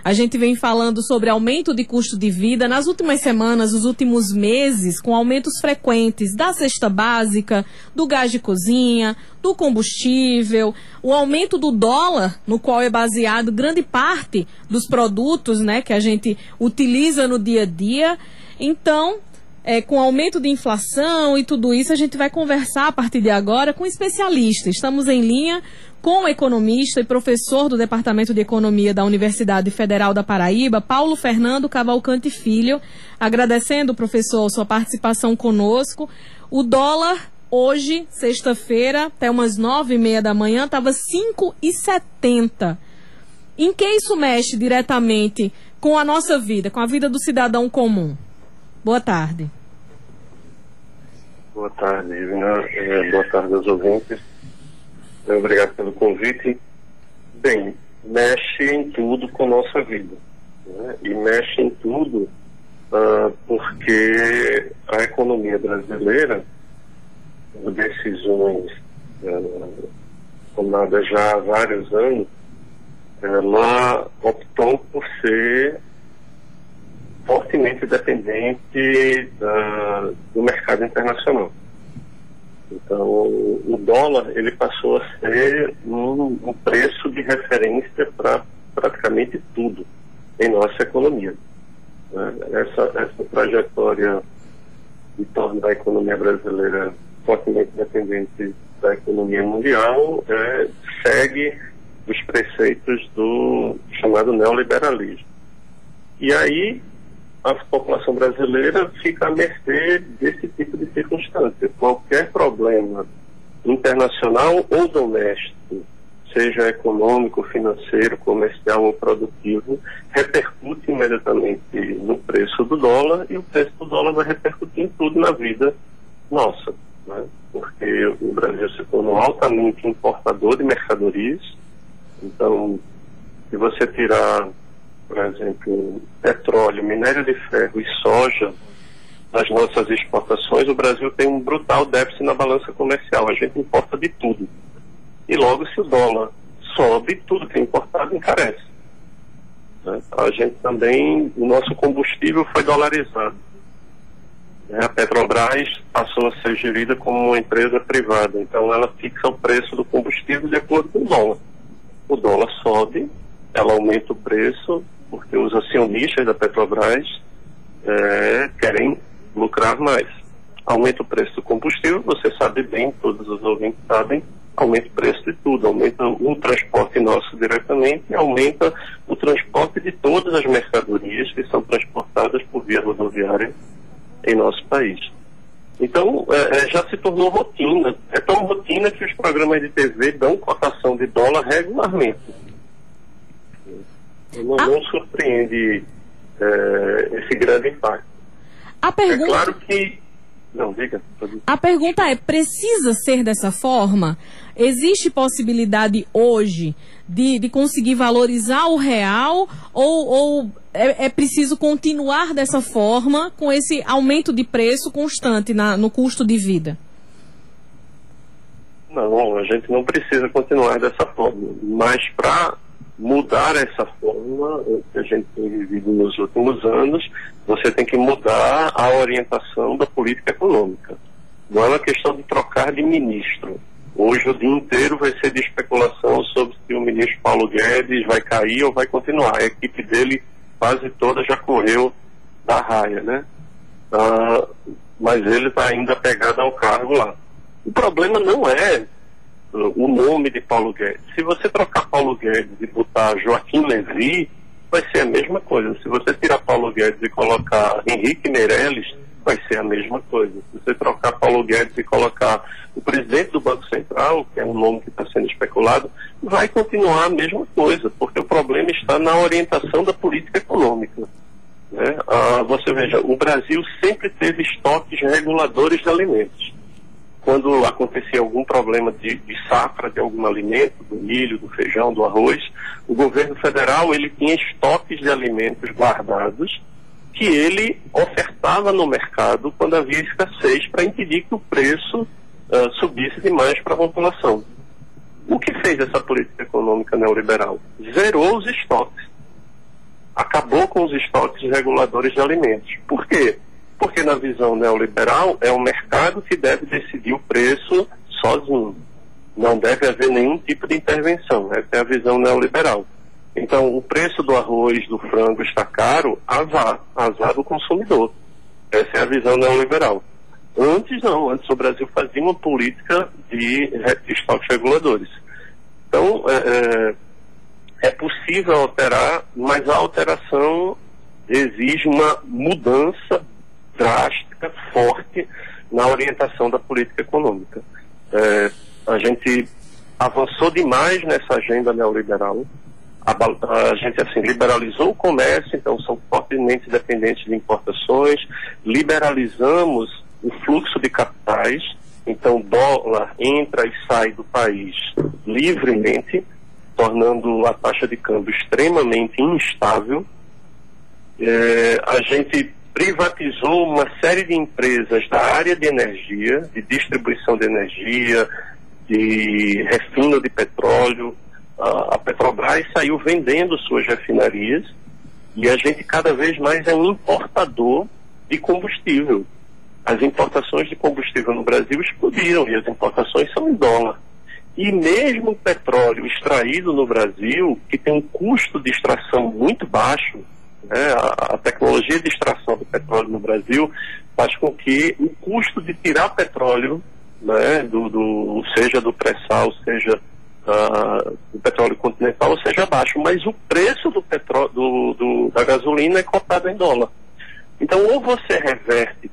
A gente vem falando sobre aumento de custo de vida. Nas últimas semanas, nos últimos meses, com aumentos frequentes da cesta básica, do gás de cozinha, do combustível, o aumento do dólar, no qual é baseado grande parte dos produtos, né, que a gente utiliza no dia a dia. Então, com o aumento de inflação e tudo isso, a gente vai conversar a partir de agora com especialistas. Estamos em linha com o economista e professor do Departamento de Economia da Universidade Federal da Paraíba, Paulo Fernando Cavalcante Filho. Agradecendo, professor, sua participação conosco. O dólar, hoje, sexta-feira, até umas 9h30 da manhã, estava 5,70. Em que isso mexe diretamente com a nossa vida, com a vida do cidadão comum? Boa tarde. Boa tarde, Ivina. Boa tarde aos ouvintes. Obrigado pelo convite. Bem, mexe em tudo com a nossa vida, né? E mexe em tudo porque a economia brasileira, decisões tomadas já há vários anos, ela optou por ser fortemente dependente do mercado internacional. Então, o dólar ele passou a ser um preço de referência para praticamente tudo em nossa economia. Essa trajetória de tornar a economia brasileira fortemente dependente da economia mundial segue os preceitos do chamado neoliberalismo. E aí, a população brasileira fica à mercê desse tipo de circunstância. Qualquer problema internacional ou doméstico, seja econômico, financeiro, comercial ou produtivo, repercute imediatamente no preço do dólar, e o preço do dólar vai repercutir em tudo na vida nossa, né? Porque o Brasil se tornou altamente importador de mercadorias. Então, se você tirar, por exemplo, petróleo, minério de ferro e soja nas nossas exportações, o Brasil tem um brutal déficit na balança comercial. A gente importa de tudo. E logo, se o dólar sobe, tudo que é importado encarece, né? A gente também, o nosso combustível foi dolarizado. A Petrobras passou a ser gerida como uma empresa privada. Então, ela fixa o preço do combustível de acordo com o dólar. O dólar sobe, ela aumenta o preço, porque os acionistas da Petrobras querem lucrar mais. Aumenta o preço do combustível, você sabe bem, todos os ouvintes sabem, aumenta o preço de tudo, aumenta o transporte nosso diretamente e aumenta o transporte de todas as mercadorias que são transportadas por via rodoviária em nosso país. Então, já se tornou rotina. É tão rotina que os programas de TV dão cotação de dólar regularmente. Não surpreende esse grande impacto. É claro que... Não, diga. A pergunta é, precisa ser dessa forma? Existe possibilidade hoje de conseguir valorizar o real ou é preciso continuar dessa forma com esse aumento de preço constante no custo de vida? Não, a gente não precisa continuar dessa forma, mas para mudar essa forma que a gente tem vivido nos últimos anos, você tem que mudar a orientação da política econômica. Não é uma questão de trocar de ministro. Hoje o dia inteiro vai ser de especulação sobre se o ministro Paulo Guedes vai cair ou vai continuar. A equipe dele quase toda já correu da raia, né? Mas ele está ainda pegado ao cargo lá. O problema não é o nome de Paulo Guedes. Se você trocar Paulo Guedes e botar Joaquim Levy, vai ser a mesma coisa. Se você tirar Paulo Guedes e colocar Henrique Meirelles, vai ser a mesma coisa. Se você trocar Paulo Guedes e colocar o presidente do Banco Central, que é um nome que está sendo especulado, vai continuar a mesma coisa, porque o problema está na orientação da política econômica, né? Você veja, o Brasil sempre teve estoques reguladores de alimentos. Quando acontecia algum problema de safra de algum alimento, do milho, do feijão, do arroz, o governo federal ele tinha estoques de alimentos guardados que ele ofertava no mercado quando havia escassez para impedir que o preço subisse demais para a população. O que fez essa política econômica neoliberal? Zerou os estoques. acabou com os estoques reguladores de alimentos. Por quê? Porque na visão neoliberal é o mercado que deve decidir o preço sozinho. Não deve haver nenhum tipo de intervenção. Essa é a visão neoliberal. Então, o preço do arroz, do frango está caro, azar do consumidor. Essa é a visão neoliberal. Antes não, antes o Brasil fazia uma política de estoques reguladores. Então, é possível alterar, mas a alteração exige uma mudança drástica, forte, na orientação da política econômica. A gente avançou demais nessa agenda neoliberal. A gente, assim, liberalizou o comércio, então são fortemente dependentes de importações. Liberalizamos o fluxo de capitais, então o dólar entra e sai do país livremente, tornando a taxa de câmbio extremamente instável. A gente privatizou uma série de empresas da área de energia, de distribuição de energia, de refino de petróleo. A Petrobras saiu vendendo suas refinarias e a gente cada vez mais é um importador de combustível. As importações de combustível no Brasil explodiram e as importações são em dólar. E mesmo o petróleo extraído no Brasil, que tem um custo de extração muito baixo, né, a tecnologia de extração do petróleo no Brasil faz com que o custo de tirar petróleo, né, seja do pré-sal, seja do petróleo continental, seja baixo, mas o preço do petróleo, da gasolina é cotado em dólar. Então, ou você reverte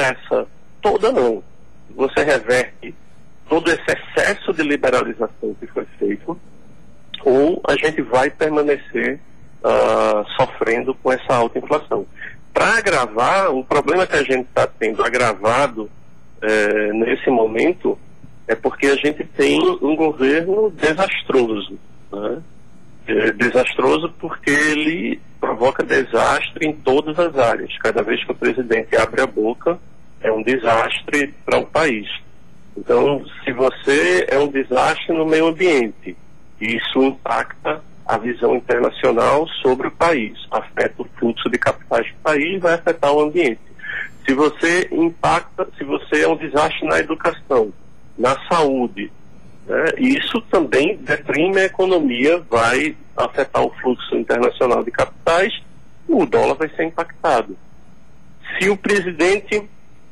você reverte todo esse excesso de liberalização que foi feito, ou a gente vai permanecer sofrendo com essa alta inflação. Para agravar, o problema que a gente está tendo agravado nesse momento é porque a gente tem um governo desastroso, né? Desastroso porque ele provoca desastre em todas as áreas. Cada vez que o presidente abre a boca, é um desastre para o país. Então, se você é um desastre no meio ambiente, isso impacta a visão internacional sobre o país, afeta o fluxo de capitais do país, vai afetar o ambiente. Se você é um desastre na educação, na saúde, né, isso também deprime a economia, vai afetar o fluxo internacional de capitais, o dólar vai ser impactado. Se o presidente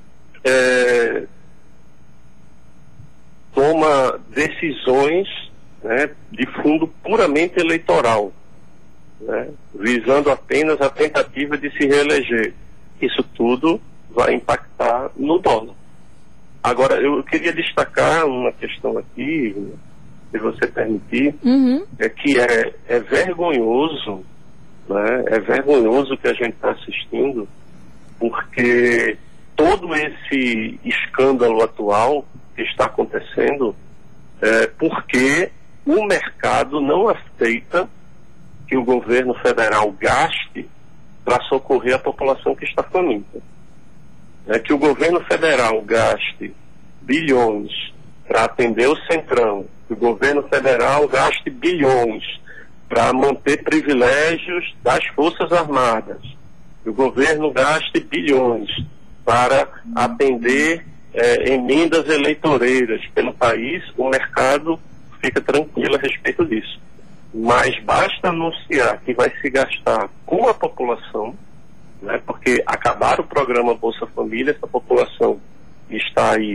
toma decisões, né, de fundo puramente eleitoral, né, visando apenas a tentativa de se reeleger, isso tudo vai impactar no dólar. Agora, eu queria destacar uma questão aqui, se você permitir, que é vergonhoso, né? É vergonhoso que a gente está assistindo, porque todo esse escândalo atual que está acontecendo é porque o mercado não aceita que o governo federal gaste para socorrer a população que está faminta. Que o governo federal gaste bilhões para atender o Centrão, que o governo federal gaste bilhões para manter privilégios das Forças Armadas, que o governo gaste bilhões para atender emendas eleitoreiras pelo país, o mercado fica tranquilo a respeito disso. Mas basta anunciar que vai se gastar com a população, né, porque acabar o programa Bolsa Família, essa população está aí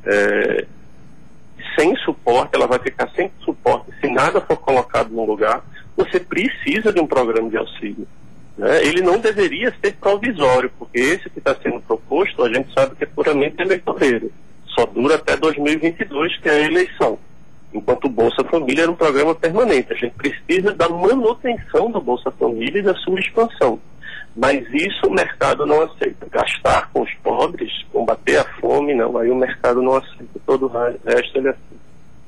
sem suporte, ela vai ficar sem suporte se nada for colocado no lugar. Você precisa de um programa de auxílio, né? Ele não deveria ser provisório, porque esse que está sendo proposto, a gente sabe que é puramente eleitoreiro, só dura até 2022, que é a eleição, enquanto o Bolsa Família era um programa permanente. A gente precisa da manutenção do Bolsa Família e da sua expansão. Mas isso o mercado não aceita. Gastar com os pobres, combater a fome, não. Aí o mercado não aceita. Todo o resto ele aceita.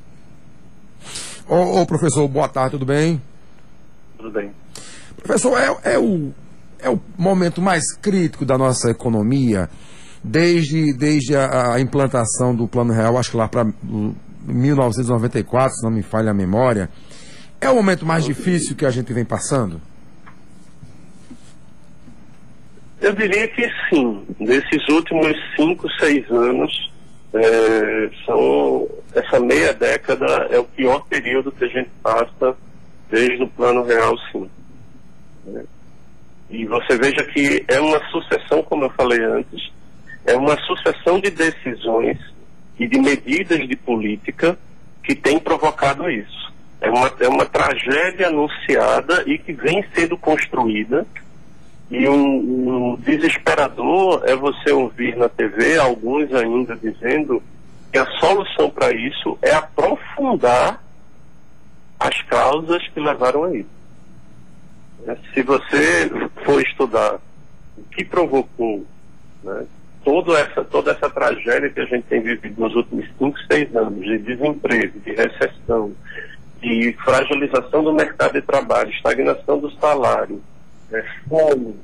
Ô professor, boa tarde, tudo bem? Tudo bem. Professor, é o momento mais crítico da nossa economia desde a implantação do Plano Real, acho que lá para 1994, se não me falha a memória. É o momento mais difícil que a gente vem passando? Eu diria que sim. Desses últimos 5, 6 anos, essa meia década é o pior período que a gente passa desde o Plano Real, sim. E você veja que é uma sucessão, como eu falei antes, é uma sucessão de decisões e de medidas de política que tem provocado isso. É uma tragédia anunciada e que vem sendo construída. E um desesperador é você ouvir na TV alguns ainda dizendo que a solução para isso é aprofundar as causas que levaram a isso. Se você for estudar o que provocou, né, toda essa tragédia que a gente tem vivido nos últimos 5, 6 anos, de desemprego, de recessão, de fragilização do mercado de trabalho, estagnação do salário, fome,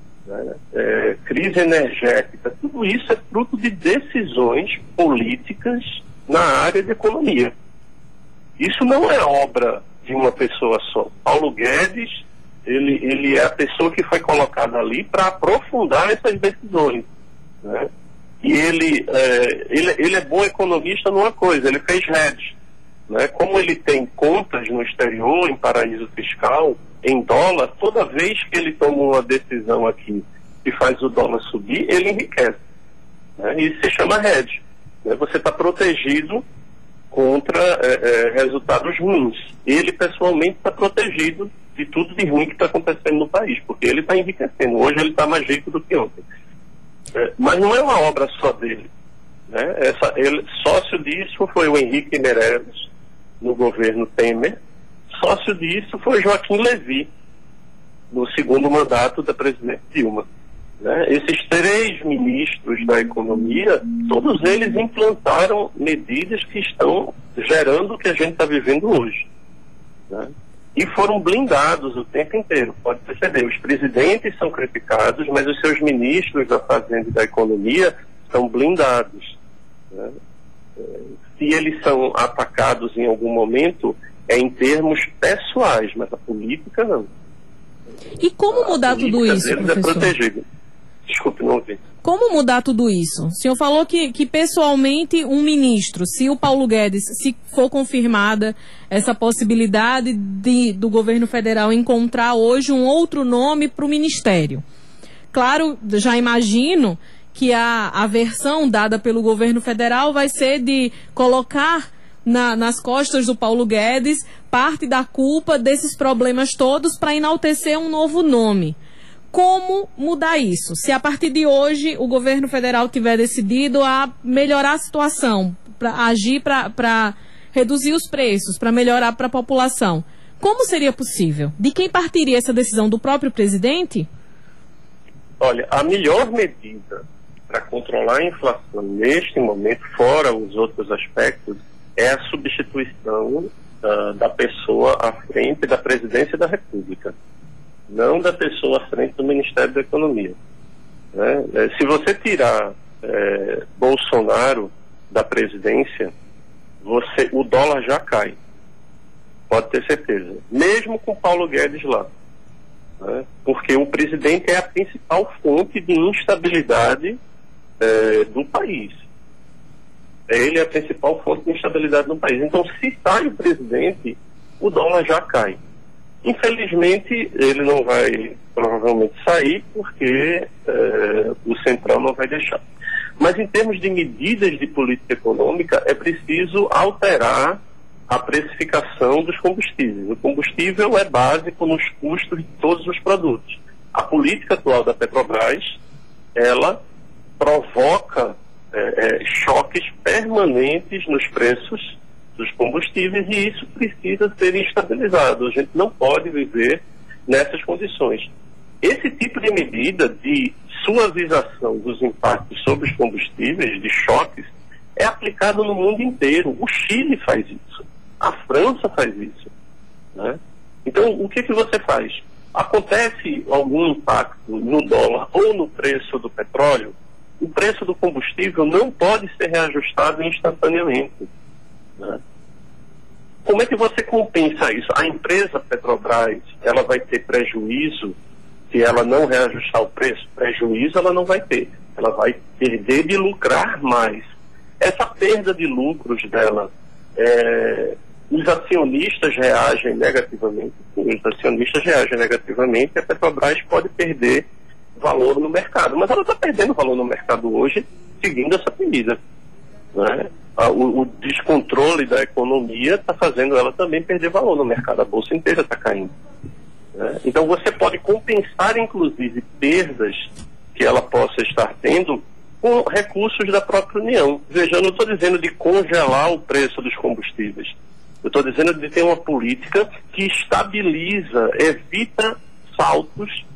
crise energética, tudo isso é fruto de decisões políticas na área de economia. Isso não é obra de uma pessoa só. Paulo Guedes, ele é a pessoa que foi colocada ali para aprofundar essas decisões, né? E ele é bom economista numa coisa, ele fez hedge, né? Como ele tem contas no exterior, em paraíso fiscal, em dólar, toda vez que ele toma uma decisão aqui e faz o dólar subir, ele enriquece, né? Isso se chama hedge, né? Você está protegido contra resultados ruins. Ele, pessoalmente, está protegido de tudo de ruim que está acontecendo no país, porque ele está enriquecendo. Hoje ele está mais rico do que ontem. Mas não é uma obra só dele, né? Sócio disso foi o Henrique Meirelles, no governo Temer. Sócio disso foi Joaquim Levy, no segundo mandato da presidente Dilma, né? Esses 3 ministros da economia, todos eles implantaram medidas que estão gerando o que a gente está vivendo hoje, né? E foram blindados o tempo inteiro. Pode perceber, os presidentes são criticados, mas os seus ministros da Fazenda e da Economia são blindados, né? Se eles são atacados em algum momento, é em termos pessoais, mas a política não. E como mudar tudo isso, professor? É protegido. Desculpe, não ouvi. Como mudar tudo isso? O senhor falou que pessoalmente um ministro, se o Paulo Guedes, se for confirmada essa possibilidade do governo federal encontrar hoje um outro nome para o ministério. Claro, já imagino que a versão dada pelo governo federal vai ser de colocar nas costas do Paulo Guedes parte da culpa desses problemas todos para enaltecer um novo nome. Como mudar isso? Se a partir de hoje o governo federal tiver decidido a melhorar a situação, para agir para reduzir os preços, para melhorar para a população, como seria possível? De quem partiria essa decisão? Do próprio presidente? Olha, a melhor medida para controlar a inflação neste momento, fora os outros aspectos, é a substituição da pessoa à frente da presidência da República, não da pessoa à frente do Ministério da Economia, né? Se você tirar Bolsonaro da presidência, o dólar já cai, pode ter certeza, mesmo com Paulo Guedes lá, né? Porque o presidente é a principal fonte de instabilidade do país. Ele é a principal fonte de instabilidade no país. Então, se sai o presidente, o dólar já cai. Infelizmente, ele não vai provavelmente sair porque o Centrão não vai deixar. Mas em termos de medidas de política econômica, é preciso alterar a precificação dos combustíveis. O combustível é básico nos custos de todos os produtos. A política atual da Petrobras, ela provoca choques permanentes nos preços dos combustíveis, e isso precisa ser estabilizado. A gente não pode viver nessas condições. Esse tipo de medida de suavização dos impactos sobre os combustíveis, de choques, é aplicado no mundo inteiro. O Chile faz isso, a França faz isso, né? Então, o que você faz? Acontece algum impacto no dólar ou no preço do petróleo, o preço do combustível não pode ser reajustado instantaneamente, né? Como é que você compensa isso? A empresa Petrobras, ela vai ter prejuízo se ela não reajustar o preço, prejuízo ela não vai ter. Ela vai perder de lucrar mais. Essa perda de lucros dela, os acionistas reagem negativamente. Os acionistas reagem negativamente e a Petrobras pode perder valor no mercado. Mas ela está perdendo valor no mercado hoje, seguindo essa medida, né? O descontrole da economia está fazendo ela também perder valor no mercado. A bolsa inteira está caindo, né? Então você pode compensar, inclusive, perdas que ela possa estar tendo com recursos da própria União. Veja, eu não estou dizendo de congelar o preço dos combustíveis. Eu estou dizendo de ter uma política que estabiliza, evita saltos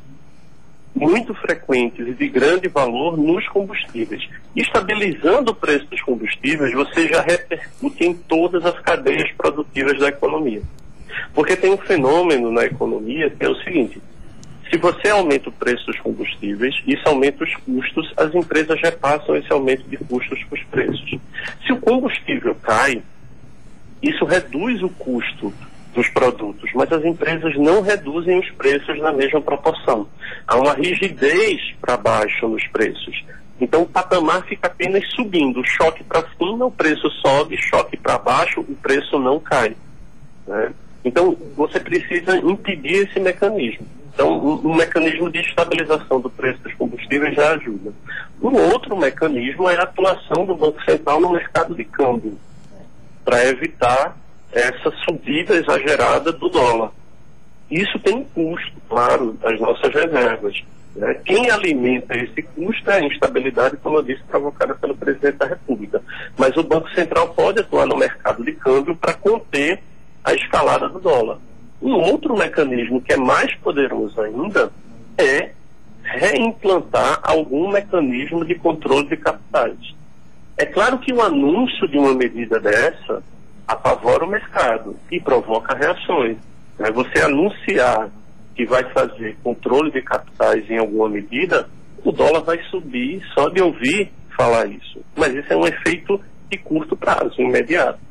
muito frequentes e de grande valor nos combustíveis. Estabilizando o preço dos combustíveis, você já repercute em todas as cadeias produtivas da economia. Porque tem um fenômeno na economia que é o seguinte: se você aumenta o preço dos combustíveis, isso aumenta os custos, as empresas repassam esse aumento de custos para os preços. Se o combustível cai, isso reduz o custo dos produtos, mas as empresas não reduzem os preços na mesma proporção. Há uma rigidez para baixo nos preços. Então o patamar fica apenas subindo. Choque para cima, o preço sobe, choque para baixo, o preço não cai, né? Então você precisa impedir esse mecanismo. Então um mecanismo de estabilização do preço dos combustíveis já ajuda. Um outro mecanismo é a atuação do Banco Central no mercado de câmbio, para evitar essa subida exagerada do dólar. Isso tem um custo, claro, das nossas reservas, né? Quem alimenta esse custo é a instabilidade, como eu disse, provocada pelo presidente da República. Mas o Banco Central pode atuar no mercado de câmbio para conter a escalada do dólar. Um outro mecanismo que é mais poderoso ainda é reimplantar algum mecanismo de controle de capitais. É claro que o anúncio de uma medida dessa apavora o mercado e provoca reações. Você anunciar que vai fazer controle de capitais em alguma medida, o dólar vai subir só de ouvir falar isso. Mas isso é um efeito de curto prazo, imediato.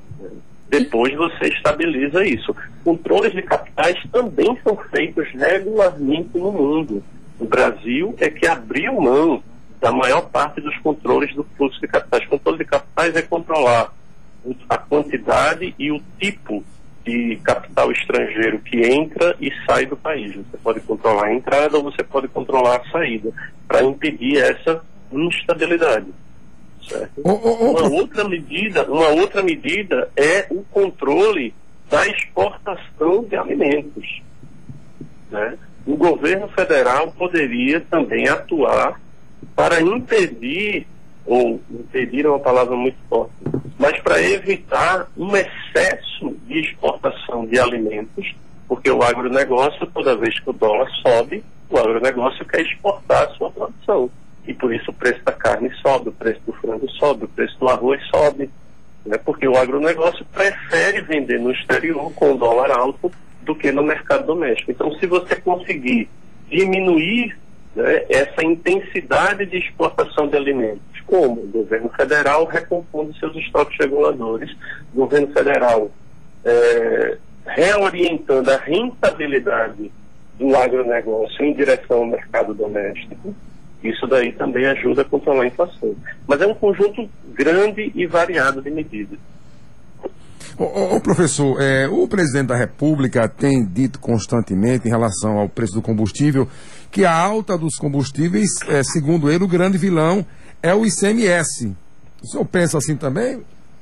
Depois você estabiliza isso. Controles de capitais também são feitos regularmente no mundo. O Brasil é que abriu mão da maior parte dos controles do fluxo de capitais. Controle de capitais é controlar a quantidade e o tipo de capital estrangeiro que entra e sai do país. Você pode controlar a entrada ou você pode controlar a saída, para impedir essa instabilidade. Certo? Uma outra medida é o controle da exportação de alimentos, né? O governo federal poderia também atuar para impedir, ou impedir é uma palavra muito forte, mas para evitar um excesso de exportação de alimentos, porque o agronegócio, toda vez que o dólar sobe, o agronegócio quer exportar a sua produção. E por isso o preço da carne sobe, o preço do frango sobe, o preço do arroz sobe, né? Porque o agronegócio prefere vender no exterior com o dólar alto do que no mercado doméstico. Então, se você conseguir diminuir, né, essa intensidade de exportação de alimentos, como o governo federal recompondo seus estoques reguladores, o governo federal reorientando a rentabilidade do agronegócio em direção ao mercado doméstico, isso daí também ajuda a controlar a inflação. Mas é um conjunto grande e variado de medidas. Professor, o presidente da República tem dito constantemente em relação ao preço do combustível que a alta dos combustíveis, segundo ele, o grande vilão é o ICMS. O senhor pensa assim também?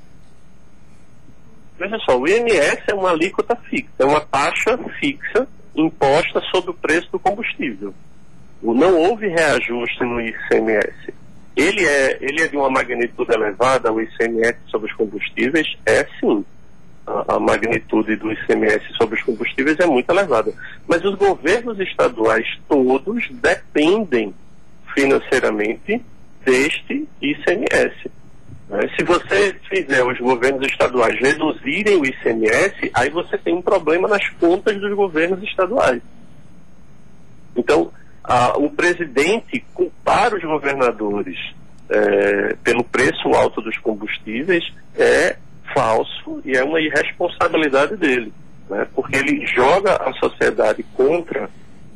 Veja só, o ICMS é uma alíquota fixa, é uma taxa fixa imposta sobre o preço do combustível. Não houve reajuste no ICMS. Ele é de uma magnitude elevada, o ICMS sobre os combustíveis? É sim. A magnitude do ICMS sobre os combustíveis é muito elevada. Mas os governos estaduais todos dependem financeiramente deste ICMS. Se você fizer os governos estaduais reduzirem o ICMS, aí você tem um problema nas contas dos governos estaduais. Então, o presidente culpar os governadores pelo preço alto dos combustíveis é falso e é uma irresponsabilidade dele, né? Porque ele joga a sociedade contra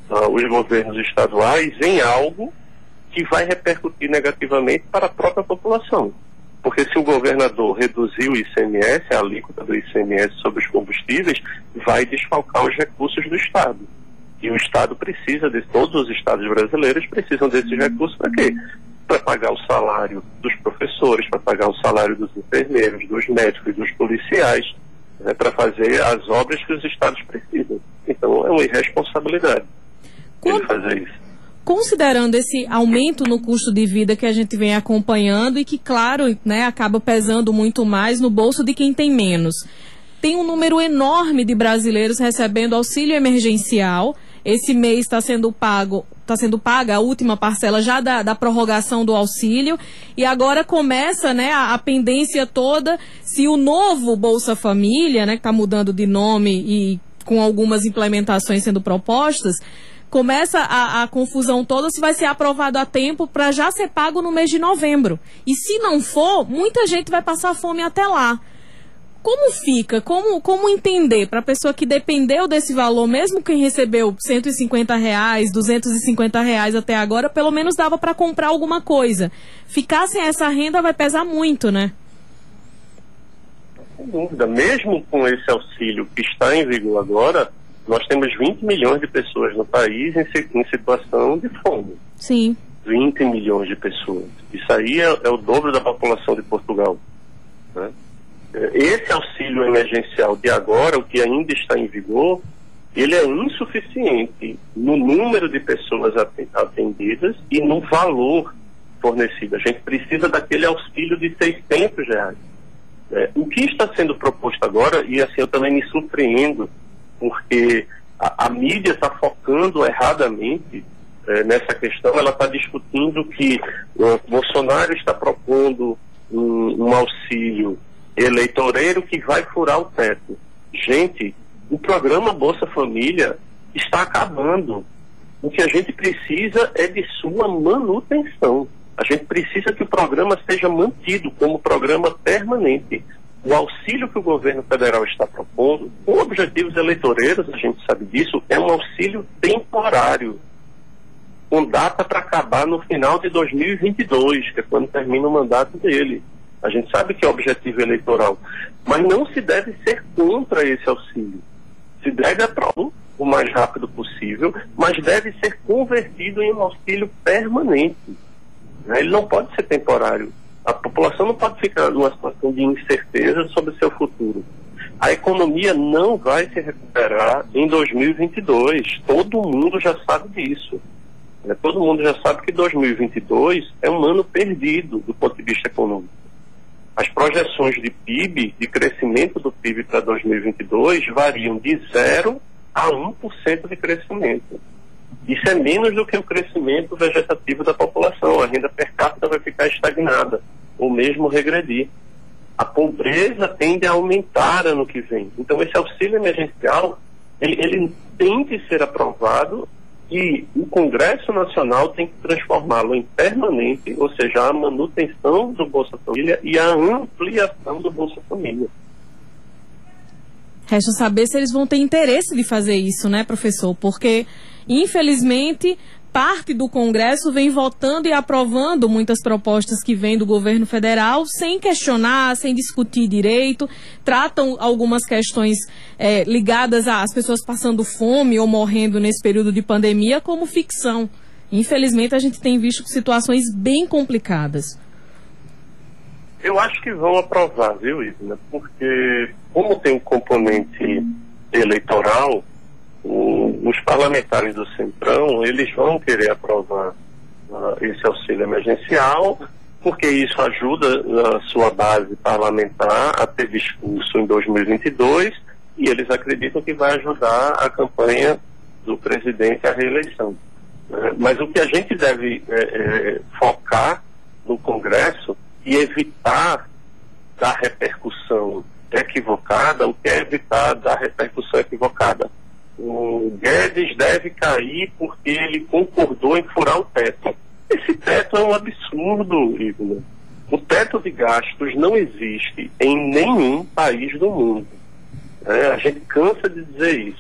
os governos estaduais em algo que vai repercutir negativamente para a própria população. Porque se o governador reduzir o ICMS, a alíquota do ICMS sobre os combustíveis, vai desfalcar os recursos do Estado. E o Estado precisa, todos os estados brasileiros precisam desses recursos para quê? Para pagar o salário dos professores, para pagar o salário dos enfermeiros, dos médicos e dos policiais, né, para fazer as obras que os estados precisam. Então é uma irresponsabilidade ele fazer isso. Considerando esse aumento no custo de vida que a gente vem acompanhando e que, claro, né, acaba pesando muito mais no bolso de quem tem menos. Tem um número enorme de brasileiros recebendo auxílio emergencial. Esse mês está sendo paga a última parcela já da prorrogação do auxílio. E agora começa, né, a pendência toda se o novo Bolsa Família, né, que está mudando de nome e com algumas implementações sendo propostas, começa a confusão toda se vai ser aprovado a tempo para já ser pago no mês de novembro. E se não for, muita gente vai passar fome até lá. Como fica? Como entender para a pessoa que dependeu desse valor, mesmo quem recebeu R$150, R$250 até agora, pelo menos dava para comprar alguma coisa. Ficar sem essa renda vai pesar muito, né? Sem dúvida. Mesmo com esse auxílio que está em vigor agora, nós temos 20 milhões de pessoas no país em situação de fome. Sim. 20 milhões de pessoas. Isso aí é o dobro da população de Portugal, né? Esse auxílio emergencial de agora, o que ainda está em vigor, ele é insuficiente no número de pessoas atendidas e no valor fornecido. A gente precisa daquele auxílio de R$600. O que está sendo proposto agora, e assim eu também me surpreendo, porque a mídia está focando erradamente nessa questão. Ela está discutindo que o Bolsonaro está propondo um auxílio eleitoreiro que vai furar o teto. Gente, o programa Bolsa Família está acabando. O que a gente precisa é de sua manutenção. A gente precisa que o programa seja mantido como programa permanente. O auxílio que o governo federal está propondo, com objetivos eleitoreiros, a gente sabe disso, é um auxílio temporário, com data para acabar no final de 2022, que é quando termina o mandato dele. A gente sabe que é objetivo eleitoral, mas não se deve ser contra esse auxílio. Se deve aprovar o mais rápido possível, mas deve ser convertido em um auxílio permanente. Ele não pode ser temporário. A população não pode ficar numa situação de incerteza sobre o seu futuro. A economia não vai se recuperar em 2022. Todo mundo já sabe disso. Todo mundo já sabe que 2022 é um ano perdido do ponto de vista econômico. As projeções de PIB, de crescimento do PIB para 2022, variam de 0 a 1% de crescimento. Isso é menos do que o crescimento vegetativo da população. A renda per capita vai ficar estagnada, ou mesmo regredir. A pobreza tende a aumentar ano que vem. Então, esse auxílio emergencial, ele tem que ser aprovado e o Congresso Nacional tem que transformá-lo em permanente, ou seja, a manutenção do Bolsa Família e a ampliação do Bolsa Família. Resta saber se eles vão ter interesse de fazer isso, né, professor? Porque, infelizmente, parte do Congresso vem votando e aprovando muitas propostas que vêm do governo federal sem questionar, sem discutir direito, tratam algumas questões ligadas às pessoas passando fome ou morrendo nesse período de pandemia como ficção. Infelizmente, a gente tem visto situações bem complicadas. Eu acho que vão aprovar, viu, Ivna? Porque, como tem um componente eleitoral, os parlamentares do Centrão, eles vão querer aprovar esse auxílio emergencial, porque isso ajuda a sua base parlamentar a ter discurso em 2022, e eles acreditam que vai ajudar a campanha do presidente à reeleição. Mas o que a gente deve focar no Congresso e evitar da repercussão equivocada, o que é evitar da repercussão equivocada? O Guedes deve cair porque ele concordou em furar o teto. Esse teto é um absurdo, Ivna. O teto de gastos não existe em nenhum país do mundo. A gente cansa de dizer isso.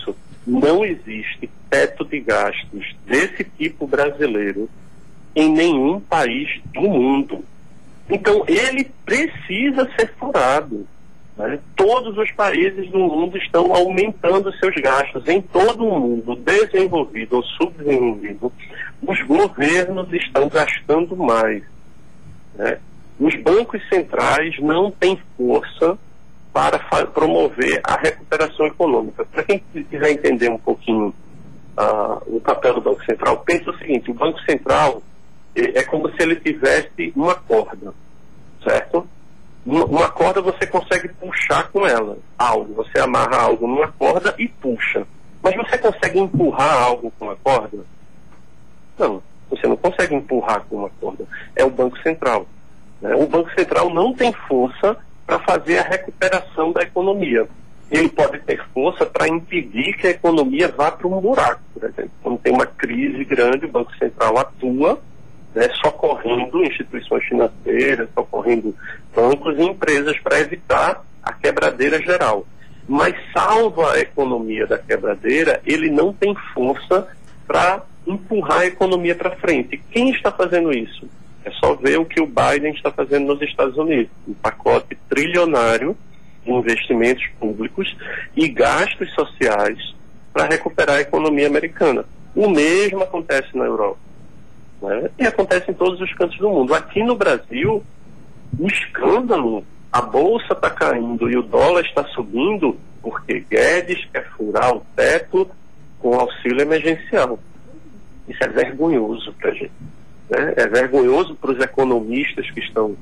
não existe teto de gastos desse tipo brasileiro em nenhum país do mundo. Então, ele precisa ser furado. Né? Todos os países do mundo estão aumentando seus gastos. Em todo o mundo, desenvolvido ou subdesenvolvido, os governos estão gastando mais. Né? Os bancos centrais não têm força para promover a recuperação econômica. Para quem quiser entender um pouquinho o papel do Banco Central, pense o seguinte: o Banco Central é como se ele tivesse uma corda, certo? Uma corda você consegue puxar com ela algo, você amarra algo numa corda e puxa. Mas você consegue empurrar algo com a corda? Não, você não consegue empurrar com uma corda. É o Banco Central. Né? O Banco Central não tem força para fazer a recuperação da economia. Ele pode ter força para impedir que a economia vá para um buraco, por exemplo. Quando tem uma crise grande, o Banco Central atua, né, socorrendo instituições financeiras, socorrendo bancos e empresas para evitar a quebradeira geral. Mas salva a economia da quebradeira, ele não tem força para empurrar a economia para frente. Quem está fazendo isso? É só ver o que o Biden está fazendo nos Estados Unidos. Um pacote trilionário de investimentos públicos e gastos sociais para recuperar a economia americana. O mesmo acontece na Europa. Né? E acontece em todos os cantos do mundo. Aqui no Brasil, o escândalo, a bolsa está caindo e o dólar está subindo porque Guedes quer furar o teto com auxílio emergencial. Isso é vergonhoso para a gente. Né? É vergonhoso para os economistas que estão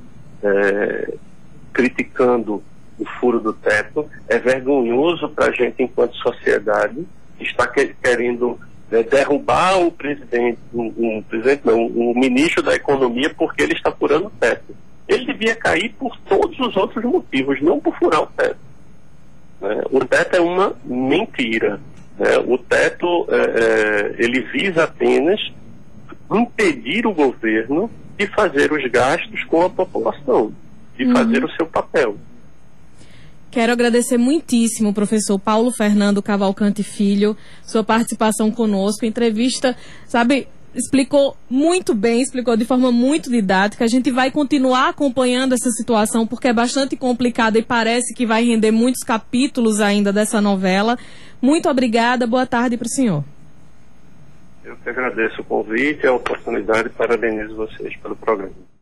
criticando o furo do teto, é vergonhoso para a gente enquanto sociedade que está querendo derrubar o presidente, o ministro da economia porque ele está furando o teto. Ele devia cair por todos os outros motivos, não por furar o teto. Né? O teto é uma mentira. Né? O teto ele visa apenas impedir o governo de fazer os gastos com a população, de fazer o seu papel. Quero agradecer muitíssimo, professor Paulo Fernando Cavalcante Filho, sua participação conosco. A entrevista, explicou muito bem, explicou de forma muito didática. A gente vai continuar acompanhando essa situação porque é bastante complicada e parece que vai render muitos capítulos ainda dessa novela. Muito obrigada, boa tarde para o senhor. Eu que agradeço o convite e a oportunidade e parabenizo vocês pelo programa.